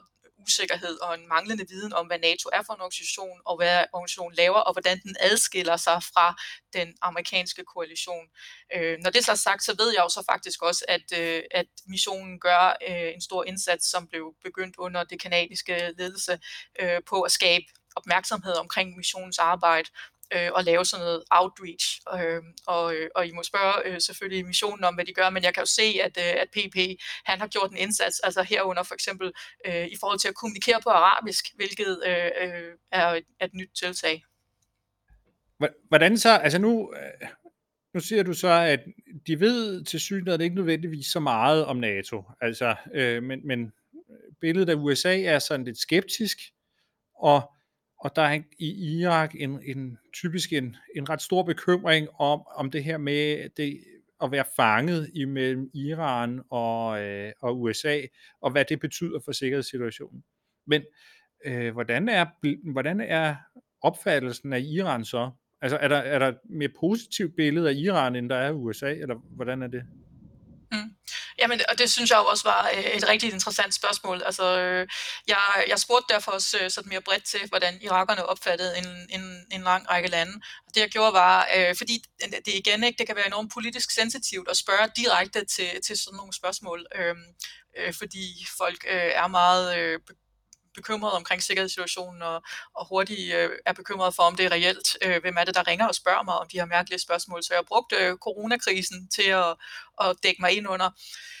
A: usikkerhed og en manglende viden om, hvad NATO er for en organisation, og hvad organisationen laver, og hvordan den adskiller sig fra den amerikanske koalition. Når det så er sagt, så ved jeg jo så faktisk også, at missionen gør en stor indsats, som blev begyndt under det kanadiske ledelse, på at skabe opmærksomhed omkring missionens arbejde, og lave sådan noget outreach, og I må spørge selvfølgelig missionen om, hvad de gør, men jeg kan jo se, at PP, han har gjort en indsats, altså herunder for eksempel i forhold til at kommunikere på arabisk, hvilket er et nyt tiltag.
C: Hvordan så, altså nu siger du så, at de ved til synligheden ikke nødvendigvis så meget om NATO, altså, men billedet af USA er sådan lidt skeptisk, og der er i Irak typisk en ret stor bekymring om det her med det at være fanget imellem Iran og USA, og hvad det betyder for sikkerhedssituationen. Men hvordan er opfattelsen af Iran så? Altså er der mere positivt billede af Iran, end der er af USA, eller hvordan er det?
A: Jamen, og det synes jeg jo også var et rigtig interessant spørgsmål. Altså, jeg spurgte derfor også sådan mere bredt til, hvordan irakerne opfattede en lang række lande. Og det jeg gjorde var, fordi det igen ikke, det kan være enormt politisk sensitivt at spørge direkte til sådan nogle spørgsmål, fordi folk er meget bekymret omkring sikkerhedssituationen, og hurtigt er bekymret for, om det er reelt. Hvem er det, der ringer og spørger mig om de her mærkelige spørgsmål? Så jeg brugte coronakrisen til at dække mig ind under,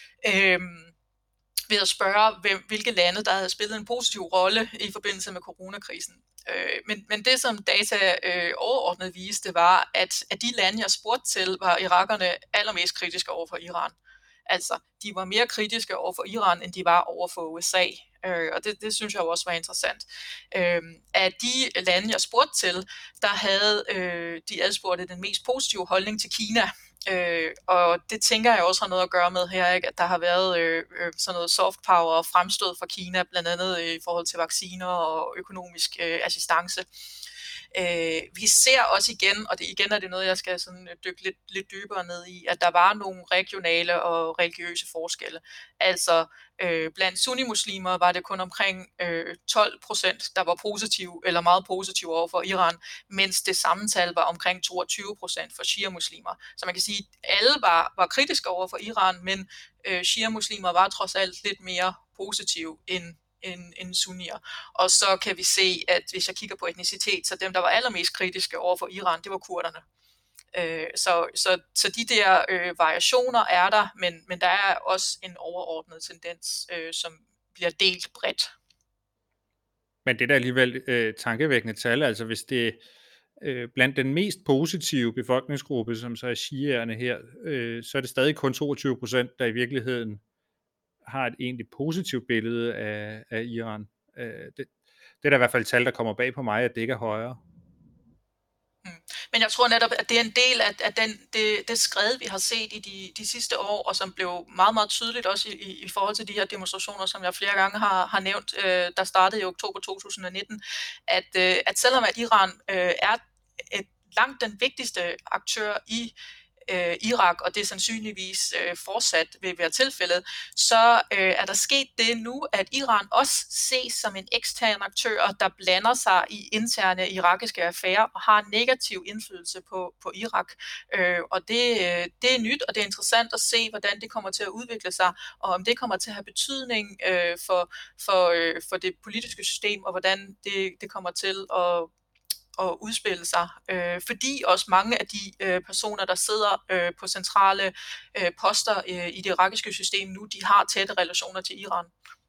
A: ved at spørge, hvilke lande, der havde spillet en positiv rolle i forbindelse med coronakrisen. Men det, som data overordnet viste, var, at de lande, jeg spurgte til, var irakerne allermest kritiske over for Iran. Altså, de var mere kritiske over for Iran, end de var over for USA. Og det synes jeg jo også var interessant. Af de lande, jeg spurgte til, der havde de adspurgte den mest positive holdning til Kina. Og det tænker jeg også har noget at gøre med her, ikke? At der har været sådan noget soft power og fremstød fra Kina, blandt andet i forhold til vacciner og økonomisk assistance. Vi ser også igen, og igen er det noget, jeg skal sådan dykke lidt dybere ned i, at der var nogle regionale og religiøse forskelle. Altså blandt sunnimuslimer var det kun omkring 12%, der var positive eller meget positive over for Iran, mens det samme tal var omkring 22% for shia-muslimer. Så man kan sige, at alle var kritiske over for Iran, men shia-muslimer var trods alt lidt mere positive end sunnier. Og så kan vi se, at hvis jeg kigger på etnicitet, så dem, der var allermest kritiske over for Iran, det var kurderne. Så de der variationer er der, men der er også en overordnet tendens, som bliver delt bredt.
C: Men det er da alligevel tankevækkende tal, altså hvis det blandt den mest positive befolkningsgruppe, som så er shiaerne her, så er det stadig kun 22%, der i virkeligheden har et egentlig positivt billede af Iran. Det er da i hvert fald et tal, der kommer bag på mig, at det ikke er højere.
A: Men jeg tror netop, at det er en del af det skred, vi har set i de sidste år, og som blev meget, meget tydeligt også i forhold til de her demonstrationer, som jeg flere gange har nævnt, der startede i oktober 2019, at selvom at Iran er langt den vigtigste aktør i Irak, og det er sandsynligvis fortsat vil være tilfældet, så er der sket det nu, at Iran også ses som en ekstern aktør, der blander sig i interne irakiske affærer og har en negativ indflydelse på Irak. Og det er nyt, og det er interessant at se, hvordan det kommer til at udvikle sig, og om det kommer til at have betydning for det politiske system, og hvordan det kommer til at udspille sig, fordi også mange af de personer, der sidder på centrale poster i det irakiske system nu, de har tætte relationer til Iran.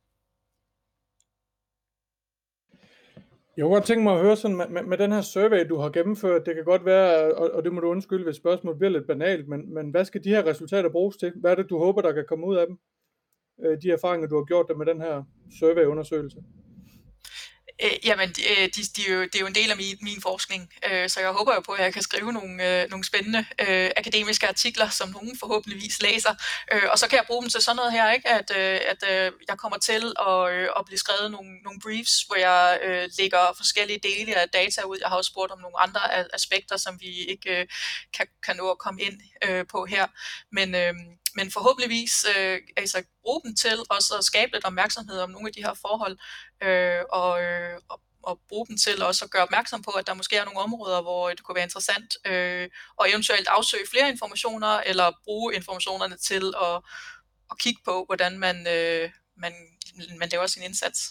B: Jeg kunne godt tænke mig at høre sådan, med den her survey, du har gennemført, det kan godt være, og det må du undskylde, hvis spørgsmålet bliver lidt banalt, men hvad skal de her resultater bruges til? Hvad er det, du håber, der kan komme ud af dem? De erfaringer, du har gjort dig med den her surveyundersøgelse?
A: Jamen, det er jo en del af min forskning, så jeg håber jo på, at jeg kan skrive nogle spændende akademiske artikler, som nogen forhåbentligvis læser, og så kan jeg bruge dem til sådan noget her, ikke? At jeg kommer til at blive skrevet nogle briefs, hvor jeg lægger forskellige dele af data ud. Jeg har også spurgt om nogle andre aspekter, som vi ikke kan nå at komme ind på her, men forhåbentligvis altså bruge dem til også at skabe lidt opmærksomhed om nogle af de her forhold, og bruge dem til også at gøre opmærksom på, at der måske er nogle områder, hvor det kunne være interessant og eventuelt afsøge flere informationer, eller bruge informationerne til at kigge på, hvordan man laver sin indsats.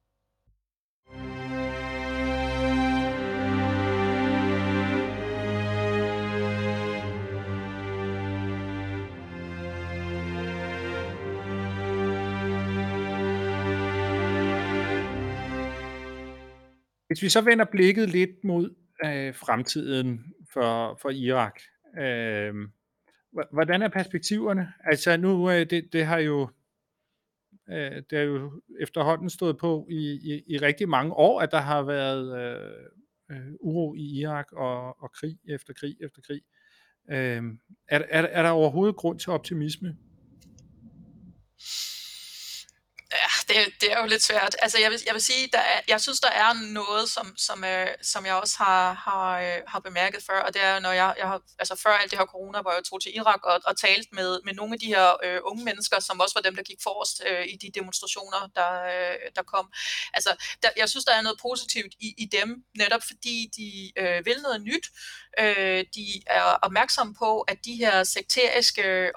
C: Hvis vi så vender blikket lidt mod fremtiden for Irak, hvordan er perspektiverne? Altså nu, det har jo efterhånden stået på i rigtig mange år, at der har været uro i Irak og krig efter krig efter krig. Er der overhovedet grund til optimisme?
A: Ja, det er jo lidt svært. Altså jeg vil sige, jeg synes der er noget, som jeg også har bemærket før, og det er, når jeg har, altså før alt det her corona, hvor jeg tog til Irak og talte med nogle af de her unge mennesker, som også var dem, der gik forrest i de demonstrationer, der kom. Altså jeg synes, der er noget positivt i dem, netop fordi de vil noget nyt. De er opmærksomme på, at de her sekteriske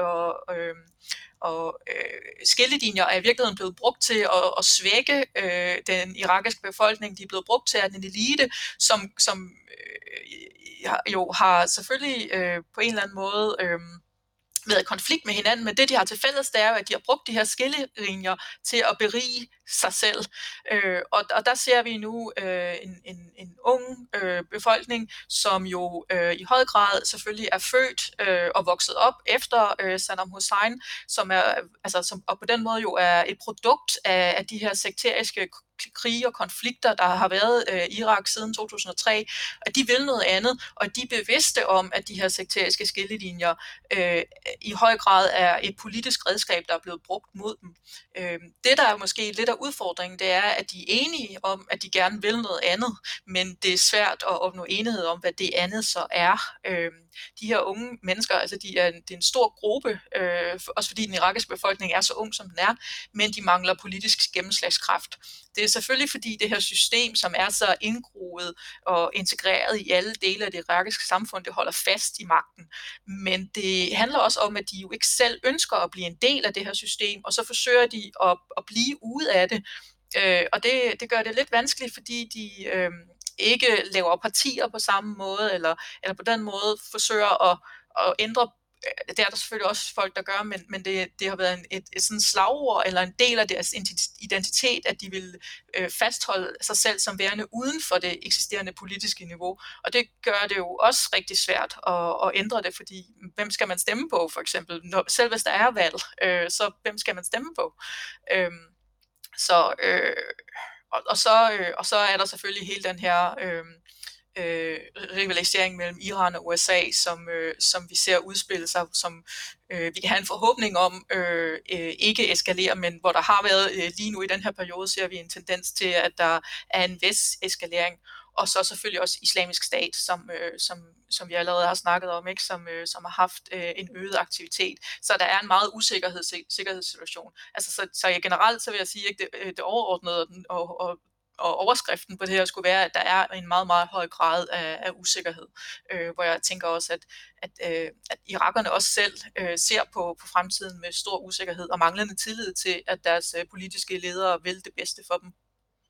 A: og skillelinjer er i virkeligheden blevet brugt til at svække den irakiske befolkning. De er blevet brugt til, at en elite, som jo har selvfølgelig på en eller anden måde været i konflikt med hinanden, men det de har til fælles, det er jo, at de har brugt de her skillelinjer til at berige sig selv. Og der ser vi nu en ung befolkning, som jo i høj grad selvfølgelig er født og vokset op efter Saddam Hussein, som og på den måde jo er et produkt af de her sekteriske krige og konflikter, der har været i Irak siden 2003, at de vil noget andet, og de er bevidste om, at de her sekteriske skillelinjer i høj grad er et politisk redskab, der er blevet brugt mod dem. Det, der er måske lidt af udfordringen, det er, at de er enige om, at de gerne vil noget andet, men det er svært at opnå enighed om, hvad det andet så er. De her unge mennesker, altså det er en stor gruppe, også fordi den irakiske befolkning er så ung, som den er, men de mangler politisk gennemslagskraft. Det er selvfølgelig fordi det her system, som er så indgroet og integreret i alle dele af det irakiske samfund, det holder fast i magten. Men det handler også om, at de jo ikke selv ønsker at blive en del af det her system, og så forsøger de at blive ude af det. Og det gør det lidt vanskeligt, fordi de ikke laver partier på samme måde, eller på den måde forsøger at ændre. Det er der selvfølgelig også folk, der gør, men det har været et sådan slagord, eller en del af deres identitet, at de vil fastholde sig selv som værende uden for det eksisterende politiske niveau. Og det gør det jo også rigtig svært at ændre det, fordi hvem skal man stemme på, for eksempel? Selv hvis der er valg, så hvem skal man stemme på? Og så er der selvfølgelig hele den her rivalisering mellem Iran og USA, som vi ser udspille sig, som vi kan have en forhåbning om ikke eskalerer, men hvor der har været lige nu i den her periode, ser vi en tendens til, at der er en vis eskalering. Og så selvfølgelig også Islamisk Stat, som vi allerede har snakket om, ikke? Som har haft en øget aktivitet. Så der er en meget usikker sikkerhedssituation. Altså, så generelt så vil jeg sige, at det overordnede og overskriften på det her skulle være, at der er en meget, meget høj grad af usikkerhed. Hvor jeg tænker også, at irakerne også selv ser på fremtiden med stor usikkerhed og manglende tillid til, at deres politiske ledere vil det bedste for dem.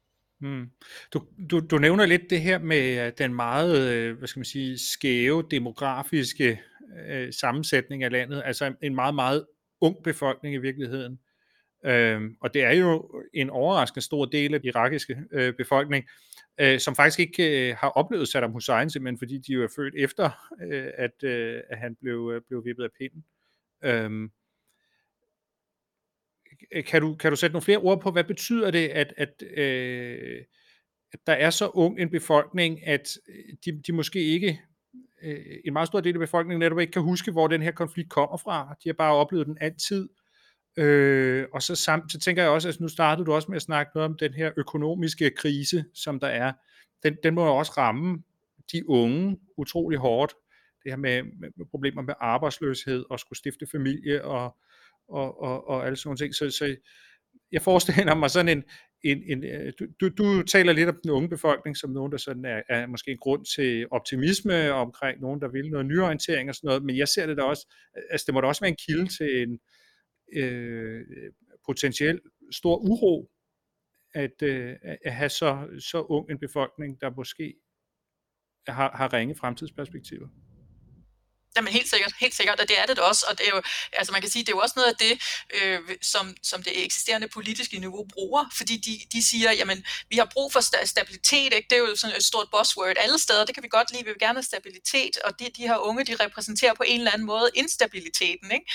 C: Du nævner lidt det her med den meget, skæve demografiske sammensætning af landet, altså en meget, meget ung befolkning i virkeligheden. Og det er jo en overraskende stor del af den irakiske befolkning, som faktisk ikke har oplevet Saddam Hussein, simpelthen fordi de jo er født efter, at han blev vippet af pinden. Kan du sætte nogle flere ord på, hvad betyder det, at der er så ung en befolkning, at de måske ikke, en meget stor del af befolkningen netop ikke kan huske, hvor den her konflikt kommer fra. De har bare oplevet den altid. Og så tænker jeg også, at nu startede du også med at snakke noget om den her økonomiske krise, som der er. Den må jo også ramme de unge utrolig hårdt. det her med problemer med arbejdsløshed og skulle stifte familie og alle sådan nogle ting. Så jeg forestiller mig sådan du taler lidt om den unge befolkning som nogen, der sådan er måske en grund til optimisme omkring nogen, der vil noget nyorientering og sådan noget, men jeg ser det da også, altså det må da også være en kilde til en potentiel stor uro, at have så ung en befolkning, der måske har ringe fremtidsperspektiver.
A: Jamen helt sikkert, og det er det også, og det er jo, altså man kan sige, det er jo også noget af det, som det eksisterende politiske niveau bruger, fordi de siger, jamen, vi har brug for stabilitet, ikke? Det er jo sådan et stort buzzword alle steder, det kan vi godt lide, vi vil gerne have stabilitet, og de her unge, de repræsenterer på en eller anden måde instabiliteten, ikke?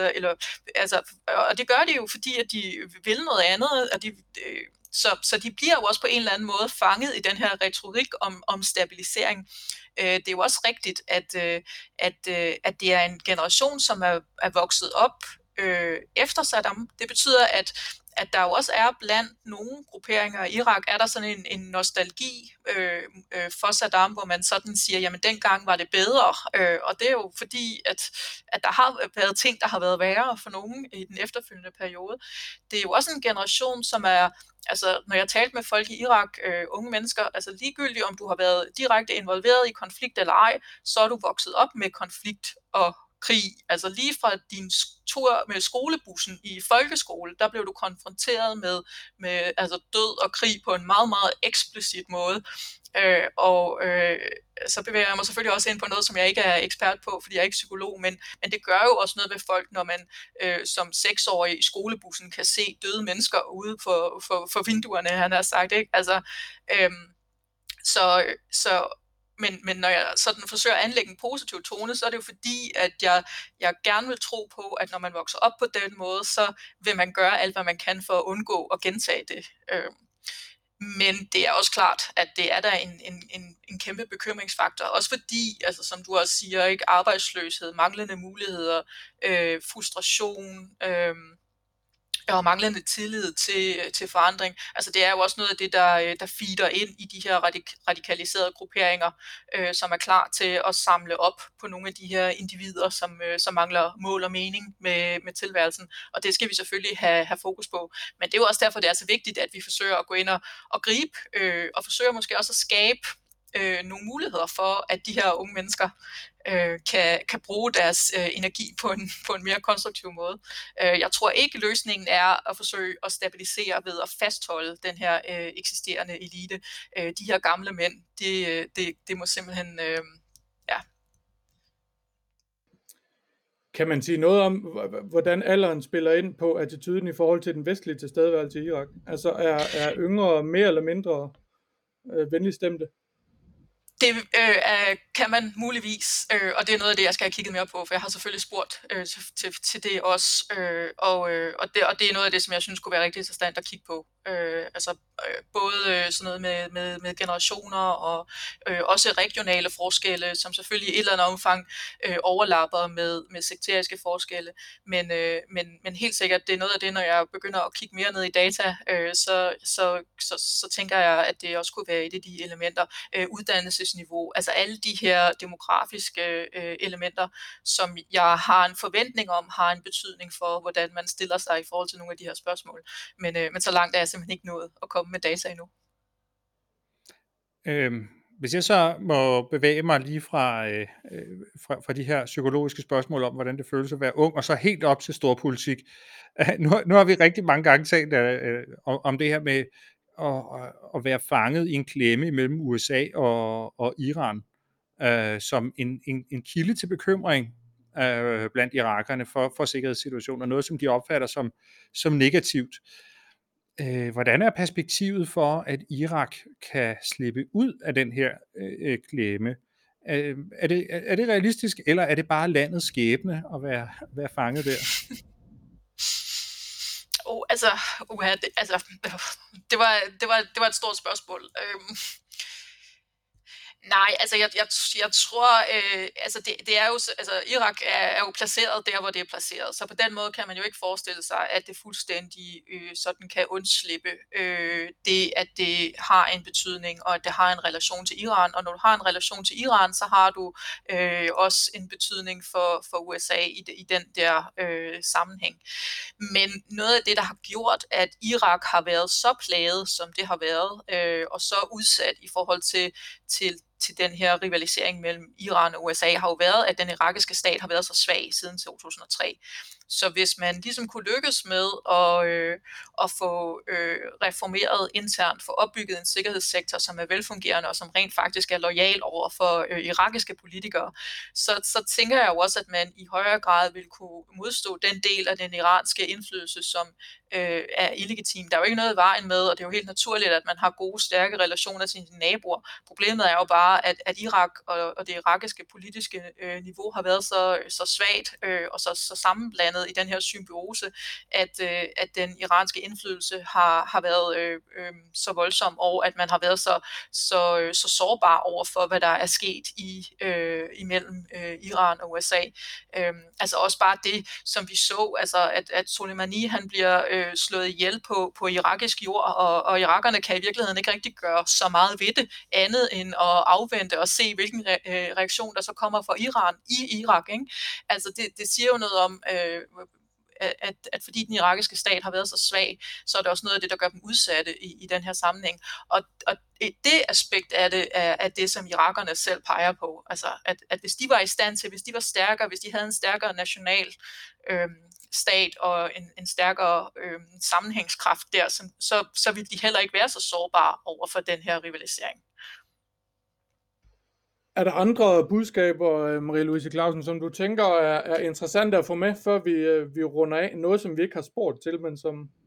A: Og det gør de jo, fordi at de vil noget andet, og så de bliver jo også på en eller anden måde fanget i den her retorik om stabilisering. Det er jo også rigtigt, at det er en generation, som er vokset op efter Saddam. Det betyder, at der jo også er blandt nogle grupperinger i Irak, er der sådan en nostalgi for Saddam, hvor man sådan siger, jamen dengang var det bedre, og det er jo fordi, at der har været ting, der har været værre for nogen i den efterfølgende periode. Det er jo også en generation, som er, altså når jeg talte med folk i Irak, unge mennesker, altså ligegyldigt om du har været direkte involveret i konflikt eller ej, så er du vokset op med konflikt og krig. Altså lige fra din tur med skolebussen i folkeskole, der blev du konfronteret med altså død og krig på en meget, meget eksplicit måde. Så bevæger jeg mig selvfølgelig også ind på noget, som jeg ikke er ekspert på, fordi jeg er ikke psykolog, men det gør jo også noget ved folk, når man som 6-årig i skolebussen kan se døde mennesker ude for vinduerne, han har sagt, ikke? Altså, men når jeg sådan forsøger at anlægge en positiv tone, så er det jo fordi, at jeg gerne vil tro på, at når man vokser op på den måde, så vil man gøre alt, hvad man kan for at undgå at gentage det. Men det er også klart, at det er der en kæmpe bekymringsfaktor. Også fordi, altså som du også siger, ikke, arbejdsløshed, manglende muligheder, frustration, og manglende tillid til forandring. Altså det er jo også noget af det, der feeder ind i de her radikaliserede grupperinger, som er klar til at samle op på nogle af de her individer, som mangler mål og mening med tilværelsen. Og det skal vi selvfølgelig have fokus på. Men det er jo også derfor, det er så vigtigt, at vi forsøger at gå ind og gribe, og forsøger måske også at skabe nogle muligheder for, at de her unge mennesker kan bruge deres energi på en mere konstruktiv måde. Jeg tror ikke, løsningen er at forsøge at stabilisere ved at fastholde den her eksisterende elite. De her gamle mænd, det må simpelthen,
B: Kan man sige noget om, hvordan alderen spiller ind på attituden i forhold til den vestlige tilstedeværelse i Irak? Altså er yngre mere eller mindre venligstemte?
A: Det kan man muligvis, og det er noget af det, jeg skal have kigget mere på, for jeg har selvfølgelig spurgt til det også, og det er noget af det, som jeg synes kunne være rigtig interessant at kigge på. Både sådan noget med generationer og også regionale forskelle, som selvfølgelig i et eller andet omfang overlapper med sekteriske forskelle, men helt sikkert, det er noget af det, når jeg begynder at kigge mere ned i data, så tænker jeg, at det også kunne være et af de elementer, uddannelsesniveau, altså alle de her demografiske elementer, som jeg har en forventning om, har en betydning for, hvordan man stiller sig i forhold til nogle af de her spørgsmål. Men så langt er jeg simpelthen ikke nået at komme med data endnu.
C: Hvis jeg så må bevæge mig lige fra de her psykologiske spørgsmål om, hvordan det føles at være ung, og så helt op til storpolitik. Nu har vi rigtig mange gange talt om det her med at være fanget i en klemme mellem USA og Iran, som en kilde til bekymring blandt irakerne for sikkerhedssituationen, og noget, som de opfatter som negativt. Hvordan er perspektivet for, at Irak kan slippe ud af den her klemme? Er det realistisk, eller er det bare landets skæbne at være fanget der?
A: Det var et stort spørgsmål. Nej, altså jeg tror, altså det er jo, altså Irak er jo placeret der, hvor det er placeret, så på den måde kan man jo ikke forestille sig, at det fuldstændig sådan kan undslippe det, at det har en betydning, og at det har en relation til Iran, og når du har en relation til Iran, så har du også en betydning for USA i den der sammenhæng. Men noget af det, der har gjort, at Irak har været så plaget, som det har været, og så udsat i forhold til den her rivalisering mellem Iran og USA, har jo været, at den irakiske stat har været så svag siden 2003. Så hvis man ligesom kunne lykkes med at få reformeret internt, få opbygget en sikkerhedssektor, som er velfungerende og som rent faktisk er loyal over for irakiske politikere, så tænker jeg jo også, at man i højere grad vil kunne modstå den del af den iranske indflydelse, som er illegitim. Der er jo ikke noget i vejen med, og det er jo helt naturligt, at man har gode, stærke relationer til sine naboer. Problemet er jo bare, at Irak og det irakiske politiske niveau har været så svagt og så sammenblandet i den her symbiose, at den iranske indflydelse har været så voldsom, og at man har været så sårbar over for, hvad der er sket imellem Iran og USA. Altså også bare det, som vi så, altså at Soleimani han bliver slået ihjel på irakisk jord, og irakerne kan i virkeligheden ikke rigtig gøre så meget ved det, andet end at afvente og se, hvilken reaktion der så kommer fra Iran i Irak. Ikke? Altså det siger jo noget om, at fordi den irakiske stat har været så svag, så er det også noget af det, der gør dem udsatte i den her sammenhæng. Og det aspekt af det er det, som irakerne selv peger på. Altså, at hvis de var i stand til, hvis de var stærkere, hvis de havde en stærkere national stat og en stærkere sammenhængskraft der, så ville de heller ikke være så sårbare over for den her rivalisering.
B: Er der andre budskaber, Marie-Louise Clausen, som du tænker er interessante at få med, før vi runder af? Noget, som vi ikke har spurgt til, men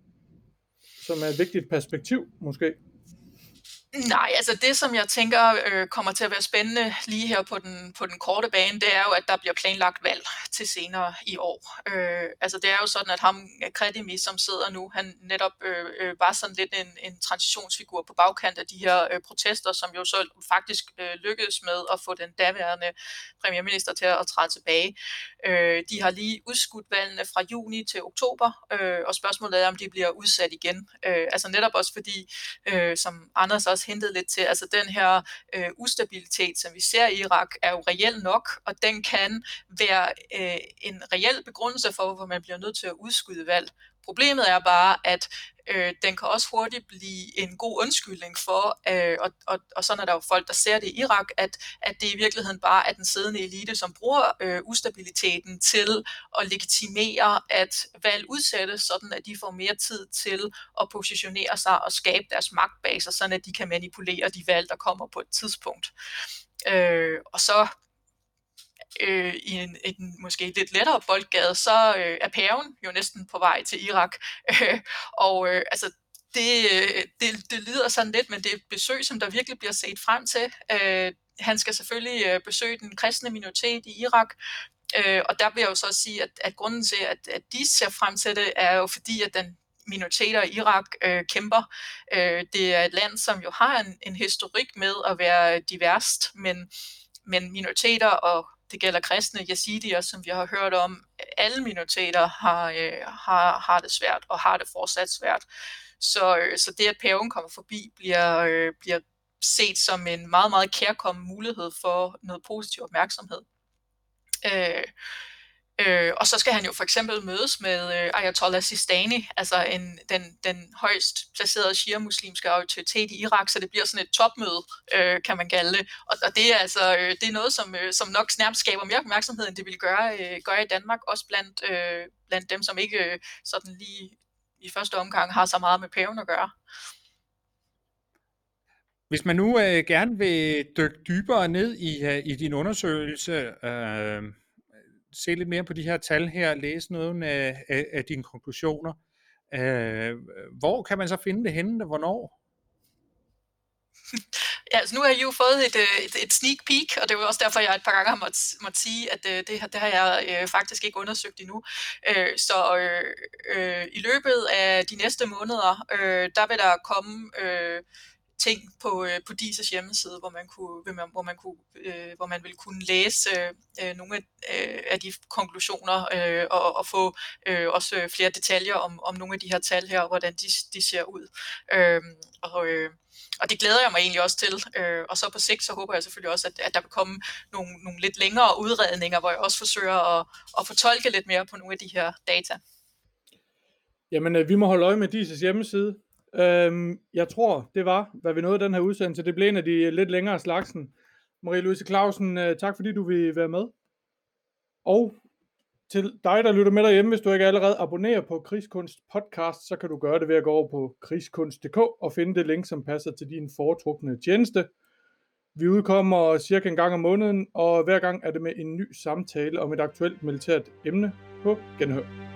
B: som er et vigtigt perspektiv, måske?
A: Nej, altså det, som jeg tænker kommer til at være spændende lige her på den korte bane, det er jo, at der bliver planlagt valg til senere i år. Altså det er jo sådan, at ham, Kredimi, som sidder nu, han netop var sådan lidt en transitionsfigur på bagkant af de her protester, som jo så faktisk lykkedes med at få den daværende premierminister til at træde tilbage. De har lige udskudt valgene fra juni til oktober, og spørgsmålet er, om de bliver udsat igen. Altså netop også fordi, som Anders også hentede lidt til, altså den her ustabilitet, som vi ser i Irak, er jo reel nok, og den kan være en reel begrundelse for, hvorfor man bliver nødt til at udskyde valg. Problemet er bare, at den kan også hurtigt blive en god undskyldning for, og sådan er der jo folk, der ser det i Irak, at det i virkeligheden bare er den siddende elite, som bruger ustabiliteten til at legitimere, at valg udsættes, sådan at de får mere tid til at positionere sig og skabe deres magtbaser, sådan at de kan manipulere de valg, der kommer på et tidspunkt. Og så i en måske lidt lettere boldgade, så er paven jo næsten på vej til Irak. Altså det lyder sådan lidt, men det er et besøg, som der virkelig bliver set frem til. Han skal selvfølgelig besøge den kristne minoritet i Irak, og der vil jeg jo så sige, at grunden til, at de ser frem til det, er jo fordi, at den minoriteter i Irak kæmper. Det er et land, som jo har en historik med at være diverst, men minoriteter, og det gælder kristne, yazidier, som vi har hørt om, alle minoriteter har det svært, og har det fortsat svært. Så det, at paven kommer forbi, bliver set som en meget, meget kærkommen mulighed for noget positiv opmærksomhed. Og så skal han jo for eksempel mødes med Ayatollah Sistani, altså den højst placerede shia-muslimske autoritet i Irak, så det bliver sådan et topmøde, kan man kalde det. Og det er altså det er noget, som nok nærmest skaber mere opmærksomhed, end det ville gøre i Danmark, også blandt dem, som ikke sådan lige i første omgang har så meget med paven at gøre.
C: Hvis man nu gerne vil dykke dybere ned i din undersøgelse, se lidt mere på de her tal her, læse noget af dine konklusioner. Hvor kan man så finde det henne, og hvornår?
A: Ja, altså nu har I jo fået et sneak peek, og det var også derfor, jeg et par gange har måtte sige, at det har jeg faktisk ikke undersøgt endnu. Så i løbet af de næste måneder, der vil der komme ting på DIS's hjemmeside, hvor man ville kunne læse nogle af de konklusioner og få også flere detaljer om nogle af de her tal her, og hvordan de ser ud. Og det glæder jeg mig egentlig også til. Og så på sigt, så håber jeg selvfølgelig også, at der vil komme nogle lidt længere udredninger, hvor jeg også forsøger at fortolke lidt mere på nogle af de her data.
B: Jamen, vi må holde øje med DIS's hjemmeside. Jeg tror, det var, hvad vi nåede den her udsendelse. Det blev en af de lidt længere slagsen. Marie-Louise Clausen, tak fordi du vil være med. Og til dig, der lytter med derhjemme, hvis du ikke allerede abonnerer på Krigskunst podcast, så kan du gøre det ved at gå over på krigskunst.dk og finde det link, som passer til din foretrukne tjeneste. Vi udkommer cirka en gang om måneden, og hver gang er det med en ny samtale om et aktuelt militært emne på genhør.